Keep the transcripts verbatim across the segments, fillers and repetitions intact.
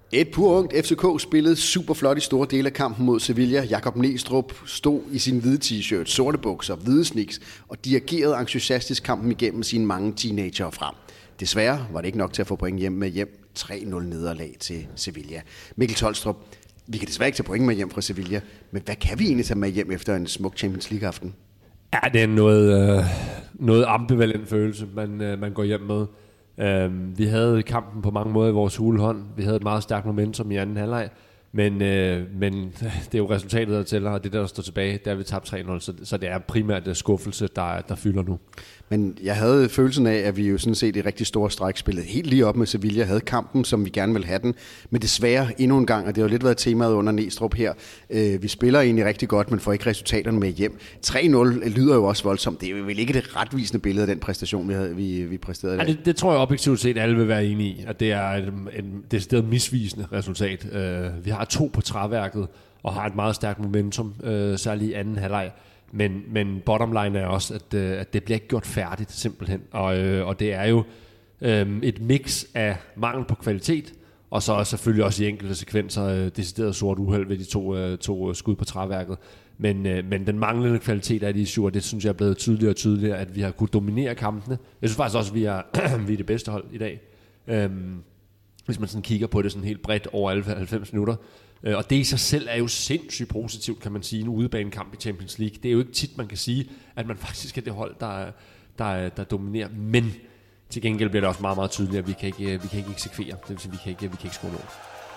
Et purungt F C K spillede super flot i store dele af kampen mod Sevilla. Jakob Næstrup stod i sin hvide t-shirt, sorte bukser, hvide sneaks og dirigerede entusiastisk kampen igennem sine mange teenager frem. Desværre var det ikke nok til at få point hjem med hjem tre nul nederlag til Sevilla. Mikkel Tolstrup, vi kan desværre ikke tage point med hjem fra Sevilla, men hvad kan vi egentlig tage med hjem efter en smuk Champions League-aften? Ja, det er noget, øh, noget ambivalent følelse, man, øh, man går hjem med. Uh, vi havde kampen på mange måder i vores hulehånd. Vi havde et meget stærkt momentum i anden halvleg, men, uh, men det er jo resultatet, der tæller, og det der, der står tilbage, der er vi tabt tre nul, så, så det er primært skuffelse, der, der fylder nu. Men jeg havde følelsen af, at vi jo sådan set i rigtig store stræk spillede helt lige op med Sevilla, havde kampen, som vi gerne ville have den, men desværre endnu en gang, og det har jo lidt været temaet under Næstrup her, øh, vi spiller egentlig rigtig godt, men får ikke resultaterne med hjem. tre nul lyder jo også voldsomt, det er jo vel ikke det retvisende billede af den præstation, vi, havde, vi, vi præsterede i dag. Ja, det, det tror jeg objektivt set, alle vil være enige i, at det er et, en decideret misvisende resultat. Uh, vi har to på træværket, og har et meget stærkt momentum, uh, særligt i anden halvleg. Men, men bottom line er også, at, øh, at det bliver ikke gjort færdigt simpelthen. Og, øh, og det er jo øh, et mix af mangel på kvalitet, og så selvfølgelig også i enkelte sekvenser øh, decideret sort uheld ved de to, øh, to skud på træværket. Men, øh, men den manglende kvalitet af de issue, det synes jeg er blevet tydeligere og tydeligere, at vi har kunnet dominere kampene. Jeg synes faktisk også, at vi er, vi er det bedste hold i dag. Øh, hvis man sådan kigger på det sådan helt bredt over alle halvfems minutter. Og det i sig selv er jo sindssygt positivt, kan man sige, en udebanekamp i Champions League. Det er jo ikke tit, man kan sige, at man faktisk er det hold, der, der, der dominerer. Men til gengæld bliver det også meget, meget tydeligt, at vi kan ikke, vi kan ikke eksekvere. Det vil sige, vi kan ikke, vi kan ikke score noget.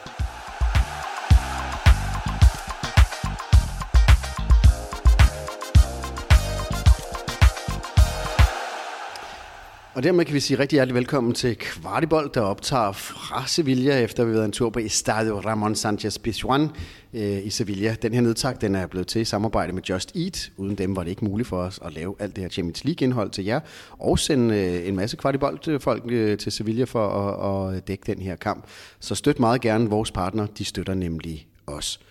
Og dermed kan vi sige rigtig hjertelig velkommen til Kvartibold, der optager fra Sevilla, efter vi har været en tur på Estadio Ramon Sánchez Pizjuán øh, i Sevilla. Den her nedtag, den er blevet til i samarbejde med Just Eat. Uden dem var det ikke muligt for os at lave alt det her Champions League-indhold til jer, og sende øh, en masse Kvartibold-folk øh, til Sevilla for at, at dække den her kamp. Så støt meget gerne vores partner, de støtter nemlig os.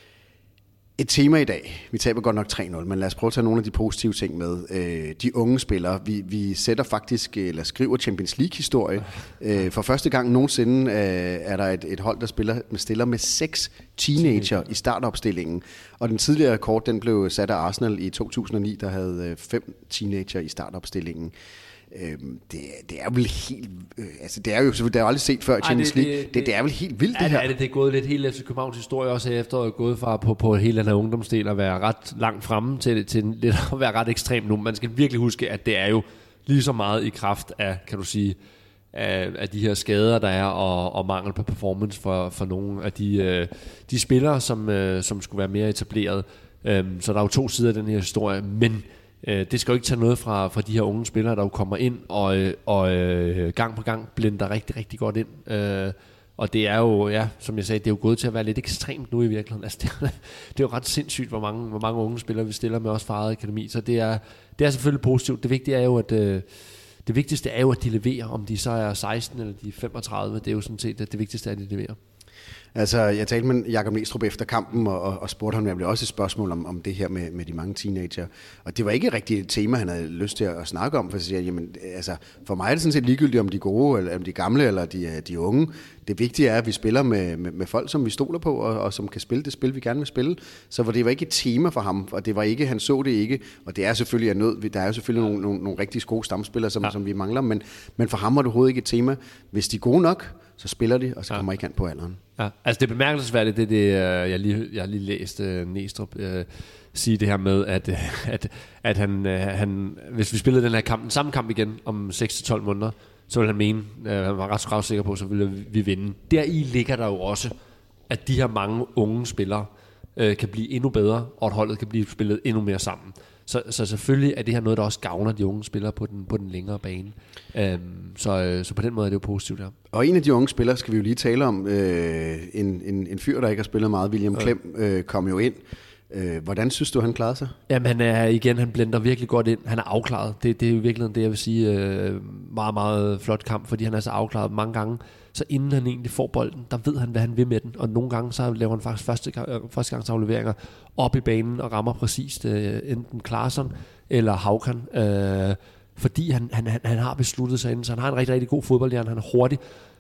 Et tema i dag. Vi taber godt nok tre nul, men lad os prøve at tage nogle af de positive ting med. Øh, de unge spillere. Vi, vi sætter faktisk, eller skriver Champions League-historie. Øh, for første gang nogensinde øh, er der et, et hold, der spiller, stiller med seks teenager i startopstillingen. Og den tidligere rekord, den blev sat af Arsenal i to tusind og ni, der havde fem teenager i startopstillingen. Øhm, det, det er vel helt øh, altså det er jo det er jo aldrig set før i Champions League. Det, det, det, det er vel helt vildt, ja, det her. Ja, det, det er gået lidt helt F C Københavns historie også efter at gået fra på på hele den her ungdomsdel at være ret langt fremme til til lidt at være ret ekstrem nu. Man skal virkelig huske, at det er jo lige så meget i kraft af, kan du sige, af, af de her skader der er og, og mangel på performance for for nogle af de øh, de spillere som øh, som skulle være mere etableret. Øhm, så der er jo to sider af den her historie, men det skal jo ikke tage noget fra, fra de her unge spillere, der jo kommer ind og, og øh, gang på gang blender rigtig, rigtig godt ind. Øh, og det er jo, ja, som jeg sagde, det er jo gået til at være lidt ekstremt nu i virkeligheden. Altså, det, er, det er jo ret sindssygt, hvor mange, hvor mange unge spillere vi stiller med os fra eget akademi. Så det er, det er selvfølgelig positivt. Det vigtige er jo, at øh, det vigtigste er jo, at de leverer. Om de så er seksten eller de er femogtredive, det er jo sådan set, at det vigtigste er, at de leverer. Altså, jeg talte med Jakob Næstrup efter kampen, og, og spurgte ham nemlig også et spørgsmål om, om det her med, med de mange teenager. Og det var ikke rigtig et tema, han havde lyst til at snakke om, for jeg siger, jamen, altså, for mig er det sådan set ligegyldigt, om de er gode, eller om de er gamle, eller de, de unge. Det vigtige er, at vi spiller med, med, med folk, som vi stoler på, og, og som kan spille det spil, vi gerne vil spille. Så det var ikke et tema for ham, og det var ikke, han så det ikke, og det er selvfølgelig nød. Der er jo selvfølgelig nogle, nogle, nogle rigtig gode stamspillere, som, ja. som vi mangler, men, men for ham var det overhovedet ikke et tema. Hvis de er gode nok, så spiller de, og så kommer ja. ikke an på alderen. Ja, altså det er bemærkelsesværdigt, det, det jeg lige jeg har lige læst uh, Næstrup uh, sige det her med, at, at, at han, uh, han, hvis vi spillede den her kamp, den samme kamp igen om seks til tolv måneder, så ville han mene, uh, han var ret ret sikker på, så ville vi vinde. Deri ligger der jo også, at de her mange unge spillere uh, kan blive endnu bedre, og at holdet kan blive spillet endnu mere sammen. Så, så selvfølgelig er det her noget, der også gavner de unge spillere på den, på den længere bane. Øhm, så, så på den måde er det jo positivt her. Og en af de unge spillere skal vi jo lige tale om. Øh, en, en, en fyr, der ikke har spillet meget, William Klem, øh, kom jo ind. Øh, hvordan synes du, han klarede sig? Jamen han er igen, han blender virkelig godt ind. Han er afklaret. Det, det er jo virkelig det, jeg vil sige. Øh, meget, meget flot kamp, fordi han er så afklaret mange gange. Så inden han egentlig får bolden, der ved han, hvad han vil med den. Og nogle gange, så laver han faktisk første, førstegangsafleveringer op i banen og rammer præcist øh, enten Klaarsson eller Haukan. Øh, fordi han, han, han har besluttet sig inden. Så han har en rigtig, rigtig god fodboldhjerne. Han er hurtig.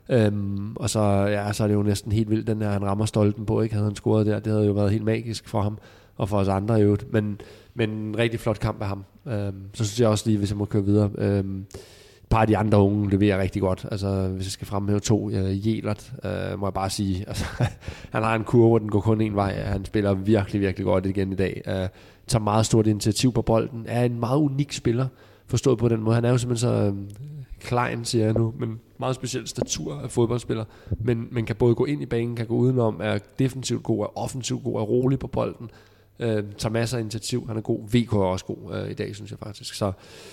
Øhm, og så, ja, så er det jo næsten helt vildt, den der han rammer stolpen på, ikke? Havde han scoret der, det havde jo været helt magisk for ham, og for os andre i øvrigt, men, men en rigtig flot kamp af ham. Øhm, så synes jeg også lige, hvis jeg må køre videre, øhm, et par af de andre unge leverer rigtig godt, altså hvis jeg skal fremhæve to, uh, Jelert, uh, må jeg bare sige, altså, han har en kurve, den går kun en vej, han spiller virkelig, virkelig godt igen i dag, uh, tager meget stort initiativ på bolden, er en meget unik spiller, forstået på den måde, han er jo simpelthen så uh, klein, siger jeg nu, men meget speciel statur af fodboldspiller, men, men kan både gå ind i banen, kan gå udenom, er defensivt god, er offensivt god, er rolig på bolden, uh, tager masser af initiativ, han er god, V K er også god uh, i dag, synes jeg faktisk, så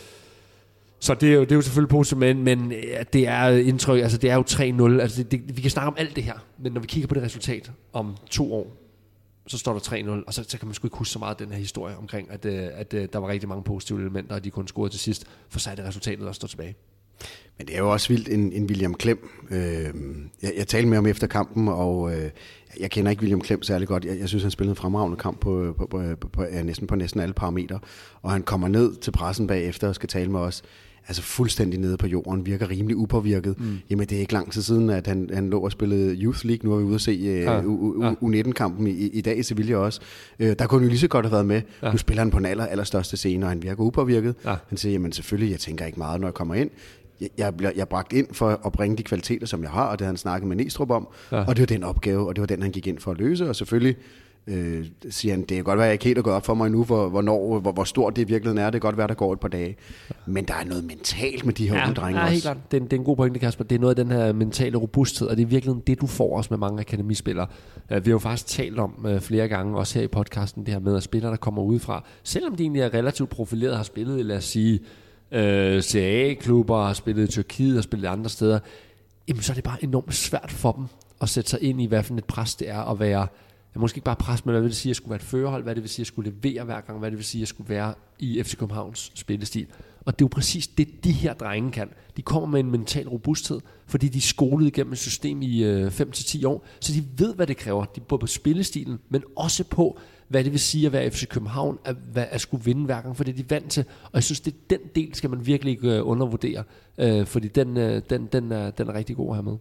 Så det er, jo, det er jo selvfølgelig positivt, men, men ja, det er indtryk, altså det er jo tre nul, altså det, det, vi kan snakke om alt det her, men når vi kigger på det resultat om to år, så står der tre nul, og så, så kan man sgu ikke huske så meget af den her historie omkring, at, at, at der var rigtig mange positive elementer, og de kun scorede til sidst, for så er det resultatet, der står tilbage. Men det er jo også vildt en, en William Klem. Øh, jeg, jeg talte med ham efter kampen, og øh, jeg kender ikke William Klem særlig godt. Jeg, jeg synes, han spillede en fremragende kamp på, på, på, på, på, ja, næsten på næsten alle parametre. Og han kommer ned til pressen bagefter og skal tale med os. Altså fuldstændig nede på jorden, virker rimelig upåvirket. Mm. Jamen det er ikke lang tid siden, at han, han lå og spillede Youth League. Nu er vi ude at se ja. U nitten-kampen i, i dag i Sevilla også. Øh, der kunne han jo lige så godt have været med. Ja. Nu spiller han på den aller, allerstørste scene, og han virker upåvirket. Ja. Han siger, jamen selvfølgelig, jeg tænker ikke meget, når jeg kommer ind. Jeg, jeg, bliver, jeg er bragt ind for at bringe de kvaliteter, som jeg har, og det har han snakket med Næstrup om. Ja. Og det var den opgave, og det var den, han gik ind for at løse. Og selvfølgelig øh, siger han, det kan godt være, at jeg ikke helt er gået op for mig nu, hvor, hvornår, hvor, hvor stort det i virkeligheden er. Det kan godt være, der går et par dage. Men der er noget mentalt med de her ja, unge drenge ja, også. Helt klart. Det, er, det er en god pointe, Kasper. Det er noget af den her mentale robusthed, og det er virkelig det, du får også med mange akademispillere. Vi har jo faktisk talt om flere gange, også her i podcasten, det her med, at spillere, der kommer udefra, selvom de egentlig er relativt profileret, har spillet, lad os sige, øh, C A A-klubber, har spillet i Tyrkiet og spillet andre steder, jamen så er det bare enormt svært for dem at sætte sig ind i, hvad for et pres det er at være, måske ikke bare pres, men hvad det vil sige at skulle være et førerhold, hvad det vil sige at skulle levere hver gang, hvad det vil sige at skulle være i F C Københavns spillestil. Og det er jo præcis det, de her drenge kan. De kommer med en mental robusthed, fordi de er skolet igennem et system i øh, fem til ti år, så de ved, hvad det kræver. De er både på spillestilen, men også på, hvad det vil sige at være F C København, at, at, at skulle vinde hver gang, for det er de vant til. Og jeg synes, det er den del, skal man virkelig ikke øh, undervurdere, øh, fordi den, øh, den, den, er, den er rigtig god at have med.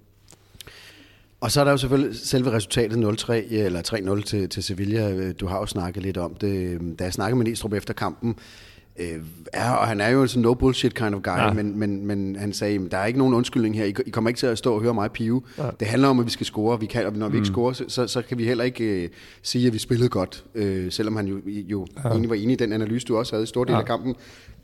Og så er der jo selvfølgelig selve resultatet nul tre eller tre nul til, til Sevilla. Du har jo snakket lidt om det. Da jeg snakkede med Næstrup efter kampen, øh, er, og han er jo sådan no bullshit kind of guy, ja. men, men, men han sagde, der er ikke nogen undskyldning her. I, I kommer ikke til at stå og høre mig pive. Ja. Det handler om, at vi skal score. Vi kan, og når vi mm. ikke scorer, så, så kan vi heller ikke øh, sige, at vi spillede godt. Øh, selvom han jo, jo ja. egentlig var enig i den analyse, du også havde i store del ja. af kampen.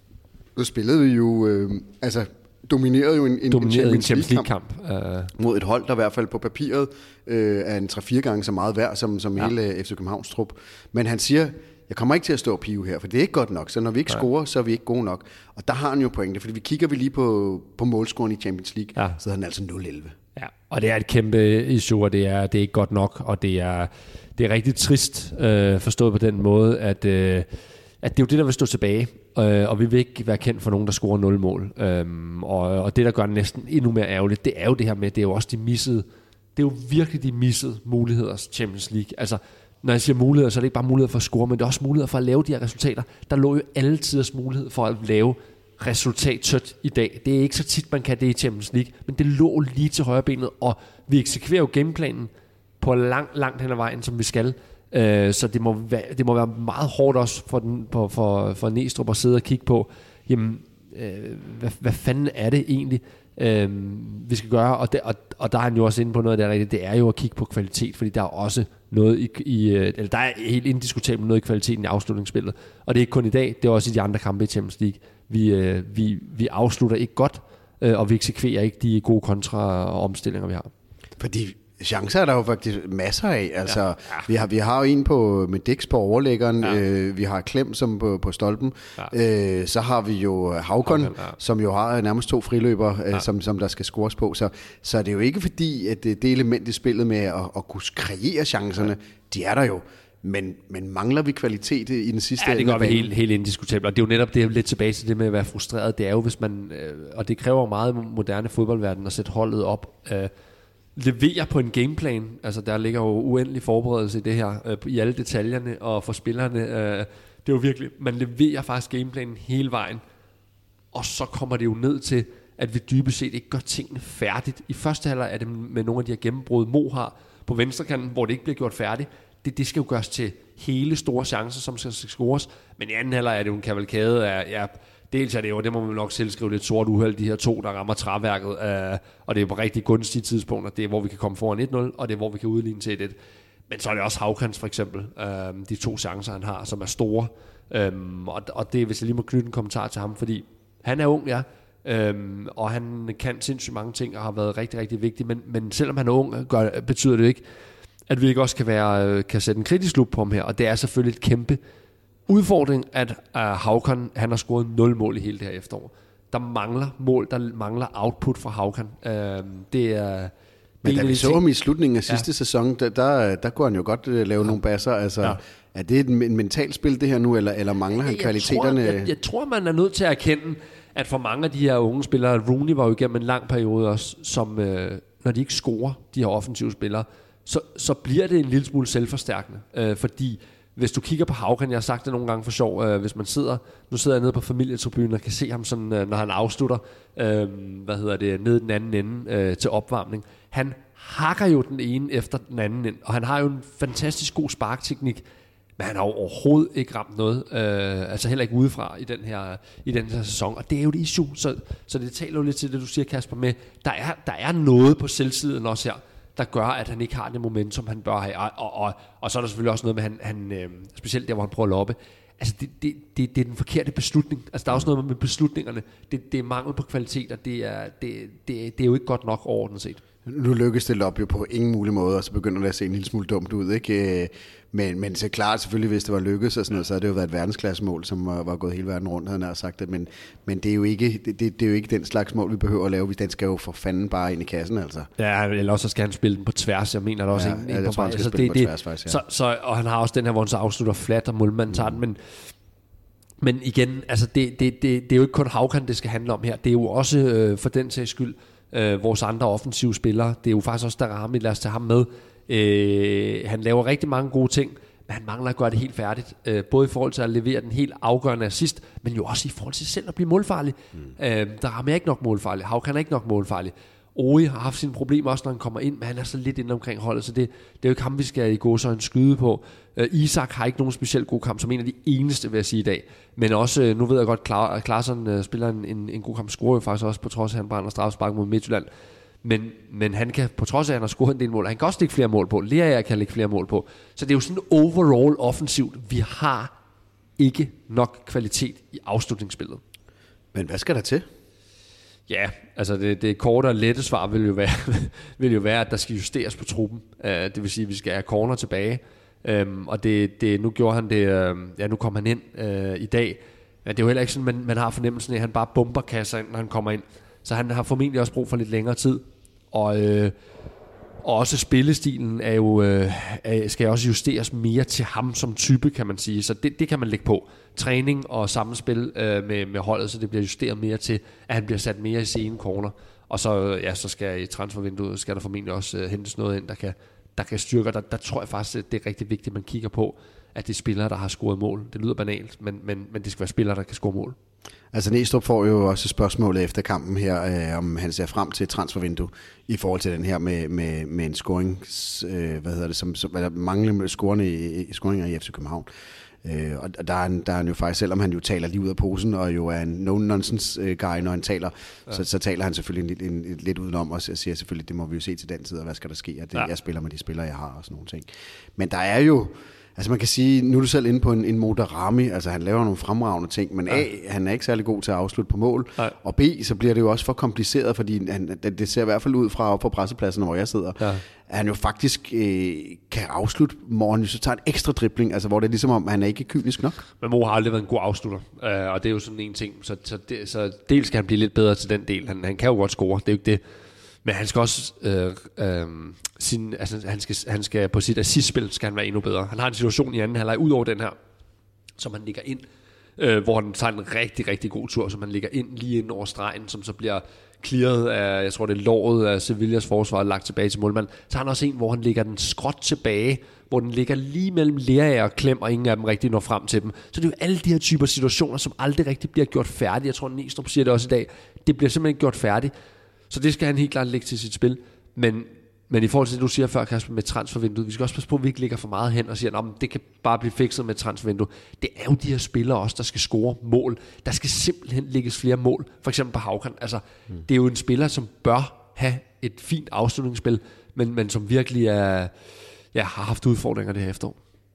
Så spillede vi jo... Øh, altså dominerede jo en, en, dominerede en Champions League-kamp uh... mod et hold, der i hvert fald på papiret øh, er en tre-fire gange så meget værd som, som ja. hele F C Københavns trup. Men han siger, jeg kommer ikke til at stå og pive her, for det er ikke godt nok. Så når vi ikke ja. scorer, så er vi ikke gode nok. Og der har han jo pointe, fordi vi kigger vi lige på, på målscoren i Champions League, ja. så er den altså nul elleve. Ja, og det er et kæmpe issue, og det er, det er ikke godt nok, og det er, det er rigtig trist øh, forstået på den måde, at... Øh, at det er jo det, der vil stå tilbage, øh, og vi vil ikke være kendt for nogen, der scorer nul mål. Øhm, og, og det, der gør det næsten endnu mere ærgerligt, det er jo det her med, det er jo også de missede, det er jo virkelig de missede muligheder Champions League. Altså, når jeg siger muligheder, så er det ikke bare muligheder for at score, men det er også muligheder for at lave de her resultater. Der lå jo alle tiders mulighed for at lave resultattødt i dag. Det er ikke så tit, man kan det i Champions League, men det lå lige til højre benet, og vi eksekverer jo gameplanen på langt, langt hen ad vejen, som vi skal. Uh, så det må, være, det må være meget hårdt også for, den, for, for, for Næstrup at sidde og kigge på, jamen, uh, hvad, hvad fanden er det egentlig, uh, vi skal gøre, og, det, og, og der er han jo også inde på noget af det rigtigt, det er jo at kigge på kvalitet, fordi der er også noget i, i eller der er helt indiskutabelt noget i kvaliteten i afslutningsspillet, og det er ikke kun i dag, det er også i de andre kampe i Champions League. Vi, uh, vi, vi afslutter ikke godt, uh, og vi eksekverer ikke de gode kontra- og omstillinger, vi har. Fordi chancer er der jo faktisk masser af. Altså, ja. Ja. Vi, har, vi har jo en på, med Dix på overlæggeren, ja. øh, vi har Klem som på, på stolpen, ja. øh, så har vi jo Havkon, ja. som jo har nærmest to friløber, ja. øh, som, som der skal scores på. Så, så er det jo ikke fordi, at det, det element i spillet med at, at kunne kreere chancerne, ja. de er der jo. Men, men mangler vi kvalitet i den sidste ende? Ja, det gør vi helt, helt indiskutabelt. Og det er jo netop det, lidt tilbage til det med at være frustreret. Det er jo, hvis man, øh, og det kræver meget moderne fodboldverden at sætte holdet op, øh, levere på en gameplan. Altså der ligger jo uendelig forberedelse i det her, øh, i alle detaljerne, og for spillerne, øh, det er jo virkelig, man leverer faktisk gameplanen hele vejen, og så kommer det jo ned til, at vi dybest set ikke gør tingene færdigt. I første halvleg er det med nogle af de her gennembrud, Mo har på venstrekanten, hvor det ikke bliver gjort færdigt. Det, det skal jo gøres til hele store chancer, som skal scores. Men i anden halvleg er det jo en kavalkade af, ja, dels er det jo, det må man nok selv skrive lidt sort uheld, de her to, der rammer træværket, øh, og det er på rigtig gunstige tidspunkter. Det er, hvor vi kan komme foran et nul, og det er, hvor vi kan udligne til et et. Men så er det også Haukans for eksempel, øh, de to chancer, han har, som er store. Øh, og, og det er, hvis jeg lige må knytte en kommentar til ham, fordi han er ung, ja, øh, og han kan sindssygt mange ting, og har været rigtig, rigtig vigtig. Men, men selvom han er ung, gør, betyder det ikke, at vi ikke også kan, være, kan sætte en kritisk lup på ham her. Og det er selvfølgelig et kæmpe udfordring, at uh, Haukan, han har scoret nul mål i hele det her efterår. Der mangler mål, der mangler output fra Haukan. Uh, det er... Men da vi så ham i slutningen af sidste ja. sæson, der, der, der kunne han jo godt uh, lave ja. nogle basser. Altså, ja. Er det et mentalt spil, det her nu, eller, eller mangler han jeg kvaliteterne? Tror, jeg, jeg tror, man er nødt til at erkende, at for mange af de her unge spillere, Rooney var jo igennem en lang periode også, som uh, når de ikke scorer, de her offensive spillere, så, så bliver det en lille smule selvforstærkende. Uh, fordi hvis du kigger på Haukan, jeg har sagt det nogle gange for sjov, uh, hvis man sidder, nu sidder jeg nede på familietribunen og kan se ham sådan, uh, når han afslutter, uh, hvad hedder det, nede den anden ende uh, til opvarmning. Han hakker jo den ene efter den anden ind, og han har jo en fantastisk god sparkteknik, men han har jo overhovedet ikke ramt noget, øh, altså heller ikke udefra i den her, i den her sæson, og det er jo et issue, så, så det taler jo lidt til det, du siger, Kasper, med, der er, der er noget på selvsiden også her, der gør, at han ikke har det momentum, han bør have, og, og, og, og så er der selvfølgelig også noget med, han, han øh, specielt der, hvor han prøver at loppe, altså det, det, det, det er den forkerte beslutning, altså der er også noget med beslutningerne, det, det er mangel på kvalitet, og det er, det, det, det er jo ikke godt nok overordnet set. Nu lykkes det op jo på ingen mulig måde, og så begynder det at se en lille smule dumt ud, ikke? Men, men så klart selvfølgelig, hvis det var lykkes og sådan noget, så havde det jo været et verdensklassemål, som var, var gået hele verden rundt, havde han sagt det. Men, men det, er jo ikke, det, det er jo ikke den slags mål, vi behøver at lave. Den skal jo for fanden bare ind i kassen, altså. Ja, eller også skal han spille den på tværs. Jeg mener, der også ja, en, ja, en på vej. Altså, det, det, faktisk, ja. så, så, og han har også den her, hvor han så afslutter flat, og målmanden tager den. Men, men igen, altså det, det, det, det er jo ikke kun Haukan, det skal handle om her. Det er jo også øh, for den sags skyld, Øh, vores andre offensive spillere. Det er jo faktisk også Darami, lad os tage ham med. Øh, han laver rigtig mange gode ting, men han mangler at gøre det helt færdigt. Øh, både i forhold til at levere den helt afgørende assist, men jo også i forhold til selv at blive målfarlig. Mm. Øh, Darami er ikke nok målfarlig. Haukan er ikke nok målfarlig. Ori har haft sine problemer også, når han kommer ind, men han er så lidt inde omkring holdet, så det, det er jo ikke ham, vi skal i gåseøjne skyde på. Uh, Isak har ikke nogen specielt god kamp, som en af de eneste, vil jeg sige i dag. Men også, uh, nu ved jeg godt, at Klaarsson uh, spiller en, en, en god kamp, scorer jo faktisk også, på trods af, at han brænder straffespark mod Midtjylland. Men, men han kan, på trods af, at han har scoret en del mål, han kan også lægge flere mål på. Lea kan lægge flere mål på. Så det er jo sådan overall offensivt. Vi har ikke nok kvalitet i afslutningsspillet. Men hvad skal der til? Ja, altså det, det korte og lette svar vil jo være, vil jo være, at der skal justeres på truppen. Uh, det vil sige, at vi skal have corner tilbage. Um, og det, det, nu gjorde han det, uh, ja, nu kom han ind uh, i dag. Men det er jo heller ikke sådan, man, man har fornemmelsen af, at han bare bomber kasser ind, når han kommer ind. Så han har formentlig også brug for lidt længere tid. Og, uh, og også spillestilen er jo, uh, er, skal også justeres mere til ham som type, kan man sige. Så det, det kan man lægge på. Træning og samspil uh, med, med holdet, så det bliver justeret mere til, at han bliver sat mere i scene corner. Og så, ja, så skal i transfervinduet, skal der formentlig også uh, hentes noget ind, der kan, der kan styrke. Der, der tror jeg faktisk, at det er rigtig vigtigt, at man kigger på, at det er spillere, der har scoret mål. Det lyder banalt, men, men, men det skal være spillere, der kan score mål. Altså Næstrup får jo også spørgsmålet efter kampen her, øh, om han ser frem til et transfervindue i forhold til den her med, med, med en scoring, øh, hvad hedder det, som, som eller manglende scorende i, i scoringer i F C København. Øh, og der er, han, der er han jo faktisk, selvom han jo taler lige ud af posen, og jo er en no-nonsense guy, når han taler, ja. så, så taler han selvfølgelig en, en, en, lidt udenom, og siger selvfølgelig, det må vi jo se til den tid, og hvad skal der ske, og det, ja. jeg spiller med de spillere, jeg har, og sådan nogle ting. Men der er jo, altså man kan sige, nu er du selv inde på en, en Modarami, altså han laver nogle fremragende ting, men A, han er ikke særlig god til at afslutte på mål, Nej. og B, så bliver det jo også for kompliceret, fordi han, det ser i hvert fald ud fra op på pressepladsen, hvor jeg sidder, ja. at han jo faktisk øh, kan afslutte, hvor han jo så tager en ekstra dribling, altså hvor det er ligesom om, han er ikke kynisk nok. Men Mo har aldrig været en god afslutter, øh, og det er jo sådan en ting, så, så, det, så dels skal han blive lidt bedre til den del, han, han kan jo godt score, det er jo ikke det. Men han skal også øh, øh, sin, altså, han skal, han skal på sit assistspil skal han være endnu bedre. Han har en situation i anden halvleg ud over den her, som han ligger ind, øh, hvor han tager en rigtig, rigtig god tur, som han ligger ind lige ind over stregen, som så bliver clearet af, jeg tror det er låret af Sevillas forsvar, lagt tilbage til målmand. Så har han også en, hvor han lægger den skråt tilbage, hvor den ligger lige mellem Lerager og Klem, og ingen af dem rigtig når frem til dem. Så det er jo alle de her typer situationer, som aldrig rigtig bliver gjort færdige. Jeg tror, Næstrup siger det også i dag. Det bliver simpelthen ikke gjort færdigt. Så det skal han helt klart lægge til sit spil. Men, men i forhold til det, du siger før, Kasper, med transfervinduet, vi skal også passe på, at vi ikke ligger for meget hen og siger, at det kan bare blive fikset med transfervinduet. Det er jo de her spillere også, der skal score mål. Der skal simpelthen lægges flere mål. For eksempel på Haukan. Altså, mm. det er jo en spiller, som bør have et fint afslutningsspil, men, men som virkelig er... Ja, har haft udfordringer det her efterår.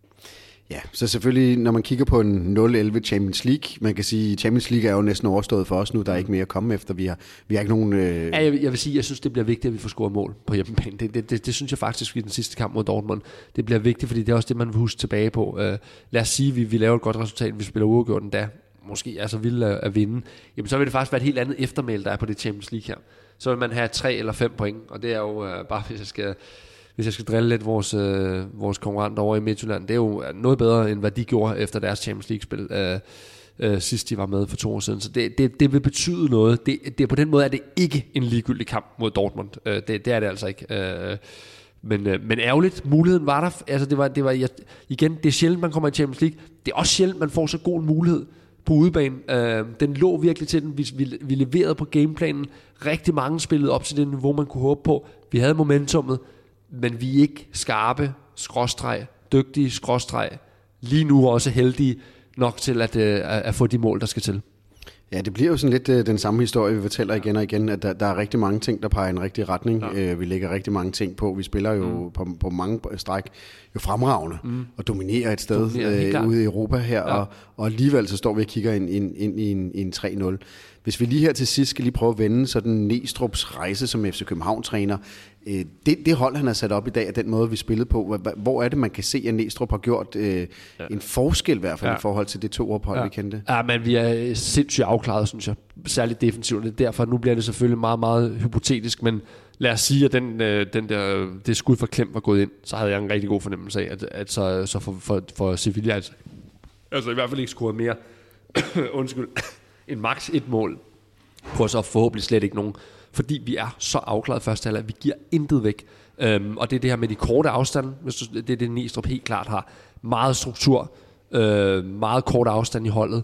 Ja, så selvfølgelig, når man kigger på en nul elleve Champions League, man kan sige, at Champions League er jo næsten overstået for os nu, der er ikke mere at komme efter, vi har, vi har ikke nogen... Øh... Ja, jeg, vil, jeg vil sige, jeg synes, det bliver vigtigt, at vi får scoret mål på hjemmebane. Det, det, det, det synes jeg faktisk i den sidste kamp mod Dortmund. Det bliver vigtigt, fordi det er også det, man vil huske tilbage på. Uh, lad os sige, at vi, vi laver et godt resultat, vi spiller uafgjort en dag, måske er så vilde at, at vinde. Jamen, så vil det faktisk være et helt andet eftermæl, der er på det Champions League her. Så vil man have tre eller fem point, og det er jo uh, bare, hvis jeg skal... Hvis jeg skal drille lidt vores, øh, vores konkurrenter over i Midtjylland, det er jo noget bedre, end hvad de gjorde efter deres Champions League-spil, øh, øh, sidst de var med for to år siden. Så det, det, det vil betyde noget. Det, det, på den måde er det ikke en ligegyldig kamp mod Dortmund. Øh, det, det er det altså ikke. Øh, men, øh, men ærgerligt, muligheden var der. Altså det var, det var, jeg, igen, det er sjældent, man kommer i Champions League. Det er også sjældent, man får så god en mulighed på udebane. Øh, den lå virkelig til den. Vi, vi, vi leverede på gameplanen. Rigtig mange spillede op til det niveau, man kunne håbe på. Vi havde momentummet. Men vi er ikke skarpe, skråstreg, dygtige, skråstreg, lige nu også heldige nok til at, at, at få de mål, der skal til. Ja, det bliver jo sådan lidt uh, den samme historie, vi fortæller igen og igen, at der, der er rigtig mange ting, der peger i en rigtig retning. Ja. Uh, vi lægger rigtig mange ting på. Vi spiller jo mm. på, på mange stræk jo fremragende mm. og dominerer et sted dominerer, uh, ude i Europa her, ja. og, og alligevel så står vi og kigger ind, ind, ind i en, en tre nul. Hvis vi lige her til sidst skal lige prøve at vende sådan Næstrups rejse som F C København-træner, det, det hold, han har sat op i dag, er den måde, vi spillede på. Hvor er det, man kan se, at Næstrup har gjort øh, ja. en forskel i hvert fald ja. i forhold til det to ophold, ja. vi kendte? Ja, men vi er sindssygt afklaret, synes jeg. Særligt defensivt. Derfor nu bliver det selvfølgelig meget, meget hypotetisk, men lad os sige, at den, den der, det skud for Klem var gået ind, så havde jeg en rigtig god fornemmelse af, at, at så, så for, for, for Sevilla, altså, altså i hvert fald ikke scoret mere, undskyld, en max et mål, på så forhåbentlig slet ikke nogen, fordi vi er så afklaret første halvleg, vi giver intet væk. Øhm, og det er det her med de korte afstande, det er det Næstrup helt klart har. Meget struktur, øh, meget kort afstand i holdet.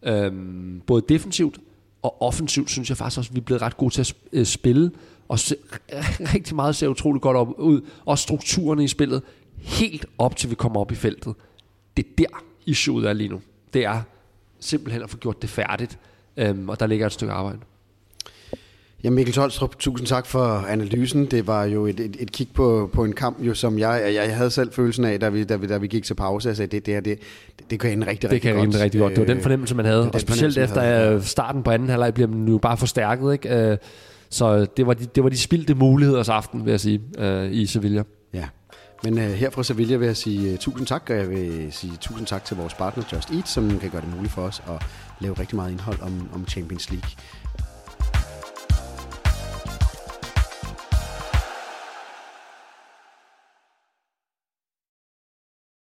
Øhm, både defensivt og offensivt synes jeg faktisk også, at vi er blevet ret gode til at spille, og se, rigtig meget ser utroligt godt op, ud. Og strukturerne i spillet, helt op til vi kommer op i feltet. Det er der, issueet er lige nu. Det er simpelthen at få gjort det færdigt, øhm, og der ligger et stykke arbejde. Ja, Mikkel Tolstrup, tusind tak for analysen. Det var jo et, et, et kig på, på en kamp, jo, som jeg, jeg havde selv følelsen af, da vi, da vi, da vi gik til pause. Jeg sagde, det, det her, det, det, det kan ende rigtig, det rigtig godt. Det kan rigtig godt. Det var den fornemmelse, man havde. Og specielt efter havde. starten på anden halvleg bliver man jo bare forstærket. Ikke? Så det var de, det var de spildte muligheders aften, vil jeg sige, i Sevilla. Ja. Men uh, her fra Sevilla vil jeg sige uh, tusind tak, og jeg vil sige tusind tak til vores partner Just Eat, som kan gøre det muligt for os at lave rigtig meget indhold om, om Champions League.